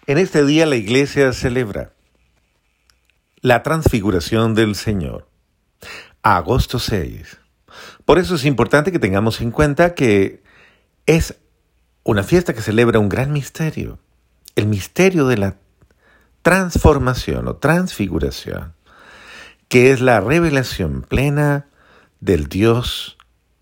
En este día la iglesia celebra la transfiguración del Señor, agosto 6. Por eso es importante que tengamos en cuenta que es una fiesta que celebra un gran misterio, el misterio de la transformación o transfiguración, que es la revelación plena del Dios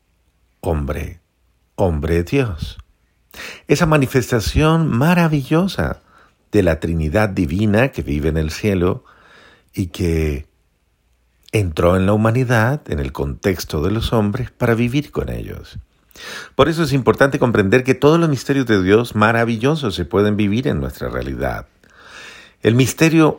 hombre, hombre Dios. Esa manifestación maravillosa de la Trinidad divina que vive en el cielo y que entró en la humanidad, en el contexto de los hombres, para vivir con ellos. Por eso es importante comprender que todos los misterios de Dios maravillosos se pueden vivir en nuestra realidad. El misterio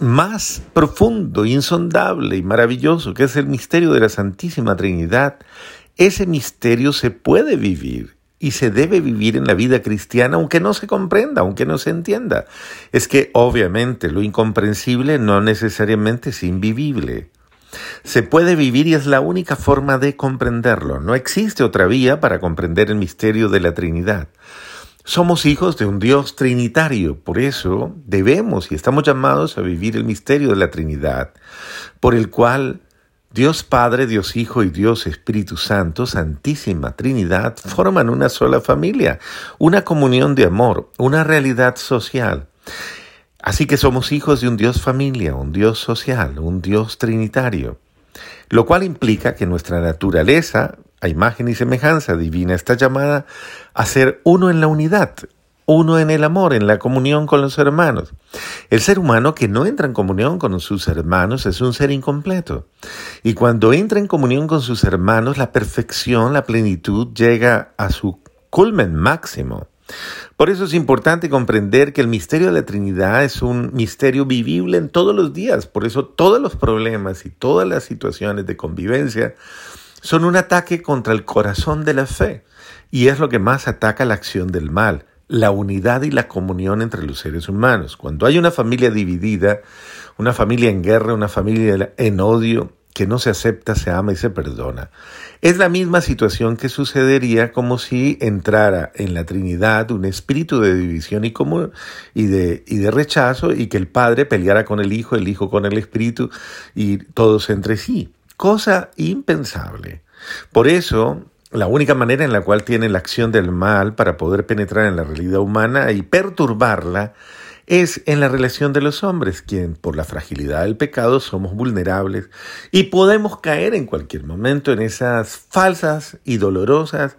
más profundo, insondable y maravilloso, que es el misterio de la Santísima Trinidad, ese misterio se puede vivir y se debe vivir en la vida cristiana, aunque no se comprenda, aunque no se entienda. Es que obviamente lo incomprensible no necesariamente es invivible. Se puede vivir y es la única forma de comprenderlo. No existe otra vía para comprender el misterio de la Trinidad. Somos hijos de un Dios trinitario, por eso debemos y estamos llamados a vivir el misterio de la Trinidad, por el cual Dios Padre, Dios Hijo y Dios Espíritu Santo, Santísima Trinidad, forman una sola familia, una comunión de amor, una realidad social. Así que somos hijos de un Dios familia, un Dios social, un Dios trinitario, lo cual implica que nuestra naturaleza, a imagen y semejanza divina, está llamada a ser uno en la unidad, uno en el amor, en la comunión con los hermanos. El ser humano que no entra en comunión con sus hermanos es un ser incompleto. Y cuando entra en comunión con sus hermanos, la perfección, la plenitud llega a su culmen máximo. Por eso es importante comprender que el misterio de la Trinidad es un misterio vivible en todos los días. Por eso todos los problemas y todas las situaciones de convivencia son un ataque contra el corazón de la fe. Y es lo que más ataca la acción del mal, la unidad y la comunión entre los seres humanos. Cuando hay una familia dividida, una familia en guerra, una familia en odio, que no se acepta, se ama y se perdona. Es la misma situación que sucedería como si entrara en la Trinidad un espíritu de división y de rechazo, y que el Padre peleara con el Hijo con el Espíritu y todos entre sí. Cosa impensable. Por eso, la única manera en la cual tiene la acción del mal para poder penetrar en la realidad humana y perturbarla es en la relación de los hombres, quien por la fragilidad del pecado somos vulnerables y podemos caer en cualquier momento en esas falsas y dolorosas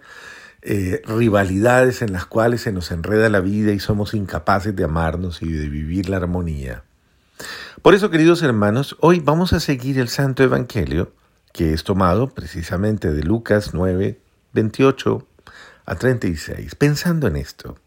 rivalidades en las cuales se nos enreda la vida y somos incapaces de amarnos y de vivir la armonía. Por eso, queridos hermanos, hoy vamos a seguir el Santo Evangelio, que es tomado precisamente de Lucas 9, 28 a 36, pensando en esto.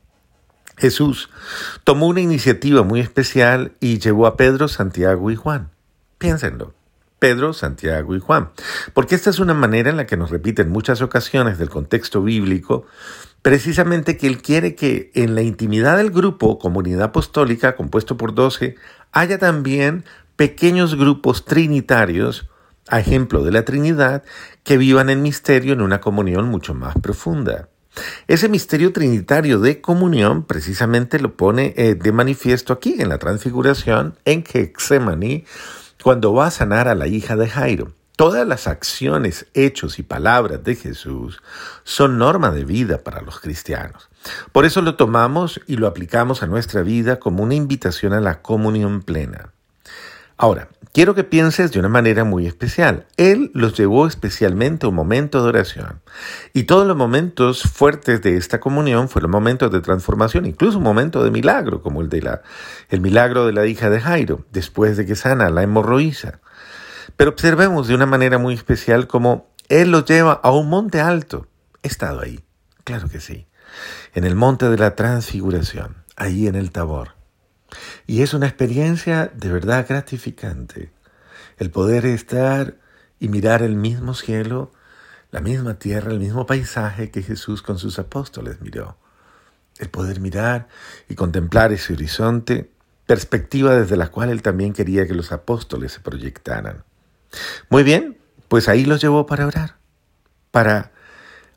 Jesús tomó una iniciativa muy especial y llevó a Pedro, Santiago y Juan. Piénsenlo, Pedro, Santiago y Juan, porque esta es una manera en la que nos repite en muchas ocasiones del contexto bíblico, precisamente que Él quiere que en la intimidad del grupo, comunidad apostólica, compuesto por 12, haya también pequeños grupos trinitarios, a ejemplo de la Trinidad, que vivan en misterio en una comunión mucho más profunda. Ese misterio trinitario de comunión precisamente lo pone de manifiesto aquí en la transfiguración en Getsemaní, cuando va a sanar a la hija de Jairo. Todas las acciones, hechos y palabras de Jesús son norma de vida para los cristianos. Por eso lo tomamos y lo aplicamos a nuestra vida como una invitación a la comunión plena. Ahora, quiero que pienses de una manera muy especial. Él los llevó especialmente a un momento de oración. Y todos los momentos fuertes de esta comunión fueron momentos de transformación, incluso un momento de milagro, como el milagro de la hija de Jairo, después de que sana la hemorroísa. Pero observemos de una manera muy especial cómo Él los lleva a un monte alto. He estado ahí, claro que sí, en el monte de la transfiguración, ahí en el Tabor. Y es una experiencia de verdad gratificante, el poder estar y mirar el mismo cielo, la misma tierra, el mismo paisaje que Jesús con sus apóstoles miró. El poder mirar y contemplar ese horizonte, perspectiva desde la cual Él también quería que los apóstoles se proyectaran. Muy bien, pues ahí los llevó para orar, para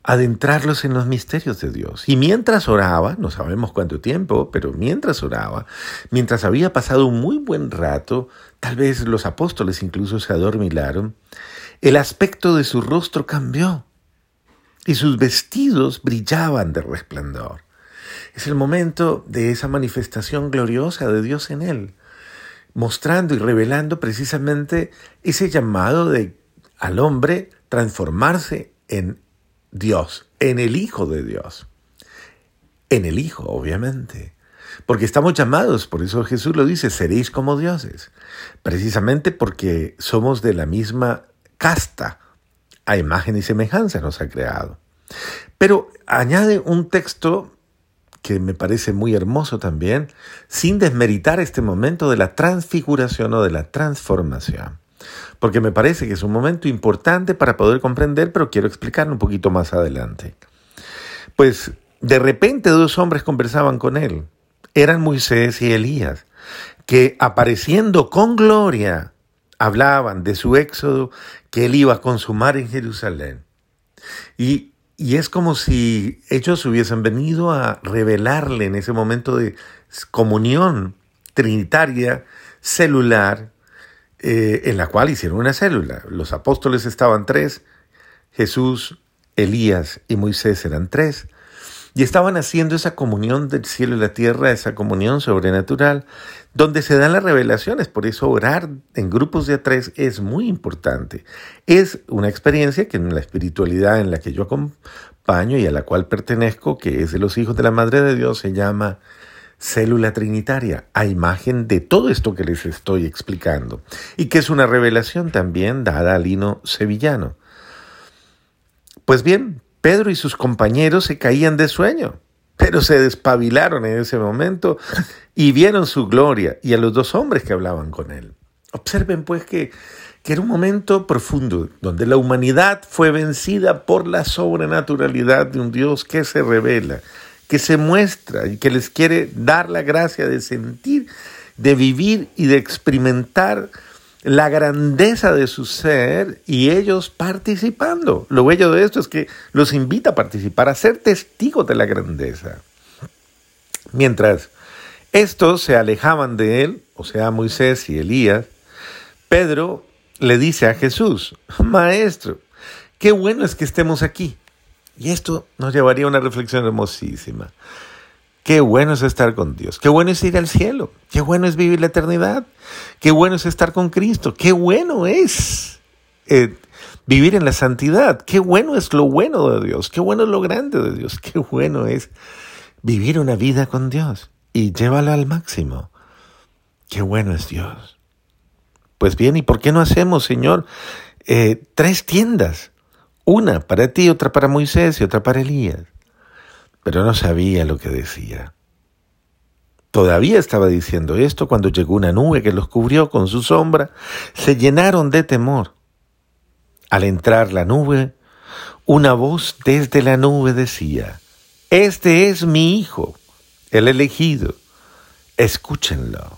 adentrarlos en los misterios de Dios. Y mientras oraba, no sabemos cuánto tiempo, pero mientras oraba, mientras había pasado un muy buen rato, tal vez los apóstoles incluso se adormilaron, el aspecto de su rostro cambió y sus vestidos brillaban de resplandor. Es el momento de esa manifestación gloriosa de Dios en él, mostrando y revelando precisamente ese llamado al hombre transformarse en Dios, en el Hijo de Dios. En el Hijo, obviamente. Porque estamos llamados, por eso Jesús lo dice, seréis como dioses. Precisamente porque somos de la misma casta. A imagen y semejanza nos ha creado. Pero añade un texto que me parece muy hermoso también, sin desmeritar este momento de la transfiguración o de la transformación. Porque me parece que es un momento importante para poder comprender, pero quiero explicarlo un poquito más adelante. Pues de repente dos hombres conversaban con él. Eran Moisés y Elías, que apareciendo con gloria, hablaban de su éxodo que él iba a consumar en Jerusalén. Y es como si ellos hubiesen venido a revelarle en ese momento de comunión trinitaria, celular, en la cual hicieron una célula. Los apóstoles estaban 3, Jesús, Elías y Moisés eran 3, y estaban haciendo esa comunión del cielo y la tierra, esa comunión sobrenatural, donde se dan las revelaciones. Por eso orar en grupos de 3 es muy importante. Es una experiencia que en la espiritualidad en la que yo acompaño y a la cual pertenezco, que es de los hijos de la Madre de Dios, se llama célula trinitaria, a imagen de todo esto que les estoy explicando, y que es una revelación también dada al hino sevillano. Pues bien, Pedro y sus compañeros se caían de sueño, pero se despabilaron en ese momento y vieron su gloria y a los dos hombres que hablaban con él. Observen pues que era un momento profundo, donde la humanidad fue vencida por la sobrenaturalidad de un Dios que se revela, que se muestra y que les quiere dar la gracia de sentir, de vivir y de experimentar la grandeza de su ser y ellos participando. Lo bello de esto es que los invita a participar, a ser testigos de la grandeza. Mientras estos se alejaban de él, o sea, Moisés y Elías, Pedro le dice a Jesús: Maestro, qué bueno es que estemos aquí. Y esto nos llevaría a una reflexión hermosísima. Qué bueno es estar con Dios, qué bueno es ir al cielo, qué bueno es vivir la eternidad, qué bueno es estar con Cristo, qué bueno es vivir en la santidad, qué bueno es lo bueno de Dios, qué bueno es lo grande de Dios, qué bueno es vivir una vida con Dios y llévala al máximo. Qué bueno es Dios. Pues bien, ¿y por qué no hacemos, Señor, 3 tiendas? Una para ti, otra para Moisés y otra para Elías. Pero no sabía lo que decía. Todavía estaba diciendo esto cuando llegó una nube que los cubrió con su sombra. Se llenaron de temor. Al entrar la nube, una voz desde la nube decía: Este es mi Hijo, el elegido. Escúchenlo.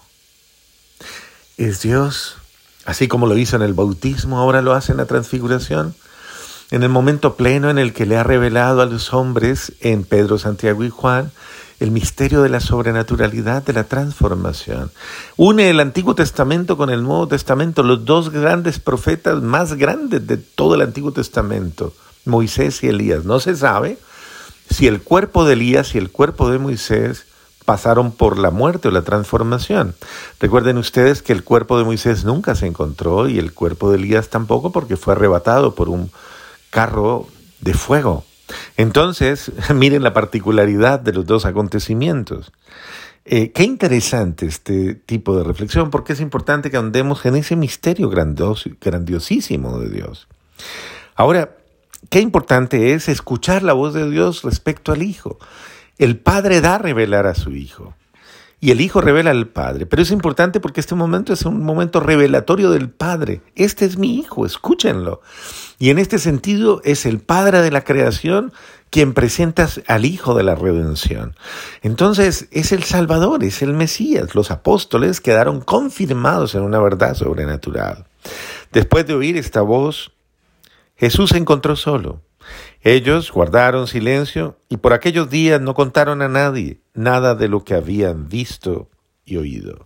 Es Dios, así como lo hizo en el bautismo, ahora lo hace en la transfiguración. En el momento pleno en el que le ha revelado a los hombres, en Pedro, Santiago y Juan, el misterio de la sobrenaturalidad, de la transformación. Une el Antiguo Testamento con el Nuevo Testamento, los 2 grandes profetas más grandes de todo el Antiguo Testamento, Moisés y Elías. No se sabe si el cuerpo de Elías y el cuerpo de Moisés pasaron por la muerte o la transformación. Recuerden ustedes que el cuerpo de Moisés nunca se encontró y el cuerpo de Elías tampoco, porque fue arrebatado por un carro de fuego. Entonces, miren la particularidad de los 2 acontecimientos. Qué interesante este tipo de reflexión, porque es importante que andemos en ese misterio grandiosísimo de Dios. Ahora, qué importante es escuchar la voz de Dios respecto al Hijo. El Padre da a revelar a su Hijo. Y el Hijo revela al Padre. Pero es importante porque este momento es un momento revelatorio del Padre. Este es mi Hijo, escúchenlo. Y en este sentido es el Padre de la creación quien presenta al Hijo de la redención. Entonces es el Salvador, es el Mesías. Los apóstoles quedaron confirmados en una verdad sobrenatural. Después de oír esta voz, Jesús se encontró solo. Ellos guardaron silencio y por aquellos días no contaron a nadie nada de lo que habían visto y oído.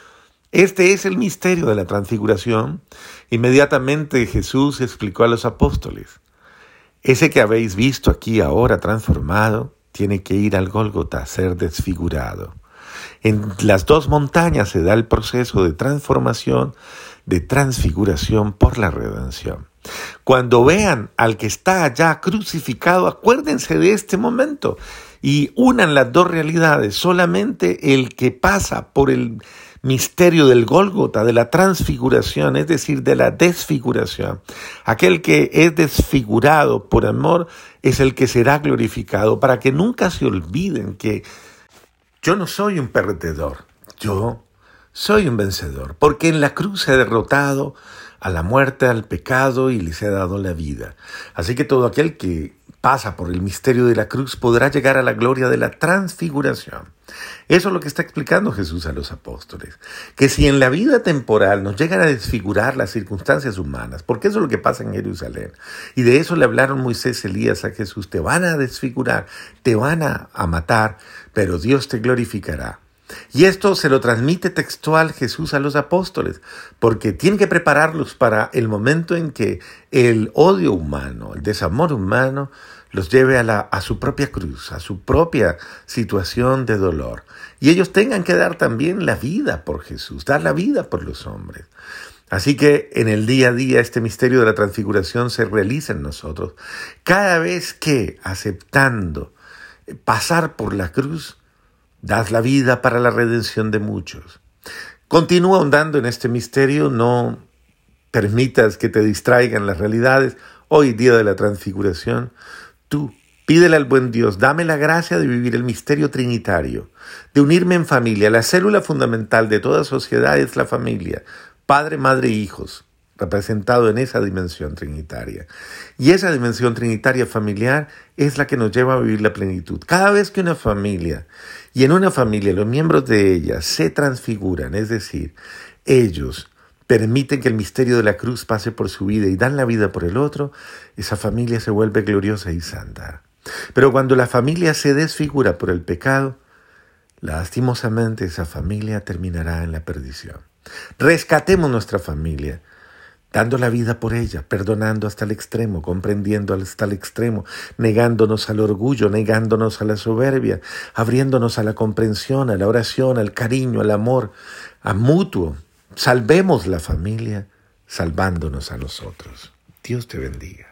Este es el misterio de la transfiguración. Inmediatamente Jesús explicó a los apóstoles: ese que habéis visto aquí ahora transformado, tiene que ir al Gólgota a ser desfigurado. En las dos montañas se da el proceso de transformación, de transfiguración por la redención. Cuando vean al que está allá crucificado, acuérdense de este momento y unan las dos realidades. Solamente el que pasa por el misterio del Gólgota, de la transfiguración, es decir, de la desfiguración. Aquel que es desfigurado por amor es el que será glorificado, para que nunca se olviden que yo no soy un perdedor, yo soy un vencedor, porque en la cruz he derrotado a la muerte, al pecado y les he dado la vida. Así que todo aquel que pasa por el misterio de la cruz podrá llegar a la gloria de la transfiguración. Eso es lo que está explicando Jesús a los apóstoles, que si en la vida temporal nos llegan a desfigurar las circunstancias humanas, porque eso es lo que pasa en Jerusalén, y de eso le hablaron Moisés y Elías a Jesús: te van a desfigurar, te van a matar, pero Dios te glorificará. Y esto se lo transmite textual Jesús a los apóstoles, porque tiene que prepararlos para el momento en que el odio humano, el desamor humano, los lleve a su propia cruz, a su propia situación de dolor. Y ellos tengan que dar también la vida por Jesús, dar la vida por los hombres. Así que en el día a día este misterio de la transfiguración se realiza en nosotros. Cada vez que, aceptando pasar por la cruz, das la vida para la redención de muchos. Continúa ahondando en este misterio, no permitas que te distraigan las realidades. Hoy, día de la transfiguración, tú pídele al buen Dios: dame la gracia de vivir el misterio trinitario, de unirme en familia. La célula fundamental de toda sociedad es la familia, padre, madre e hijos, representado en esa dimensión trinitaria. Y esa dimensión trinitaria familiar es la que nos lleva a vivir la plenitud. Cada vez que una familia, y en una familia los miembros de ella se transfiguran, es decir, ellos permiten que el misterio de la cruz pase por su vida y dan la vida por el otro, esa familia se vuelve gloriosa y santa. Pero cuando la familia se desfigura por el pecado, lastimosamente esa familia terminará en la perdición. Rescatemos nuestra familia, dando la vida por ella, perdonando hasta el extremo, comprendiendo hasta el extremo, negándonos al orgullo, negándonos a la soberbia, abriéndonos a la comprensión, a la oración, al cariño, al amor, a mutuo. Salvemos la familia, salvándonos a nosotros. Dios te bendiga.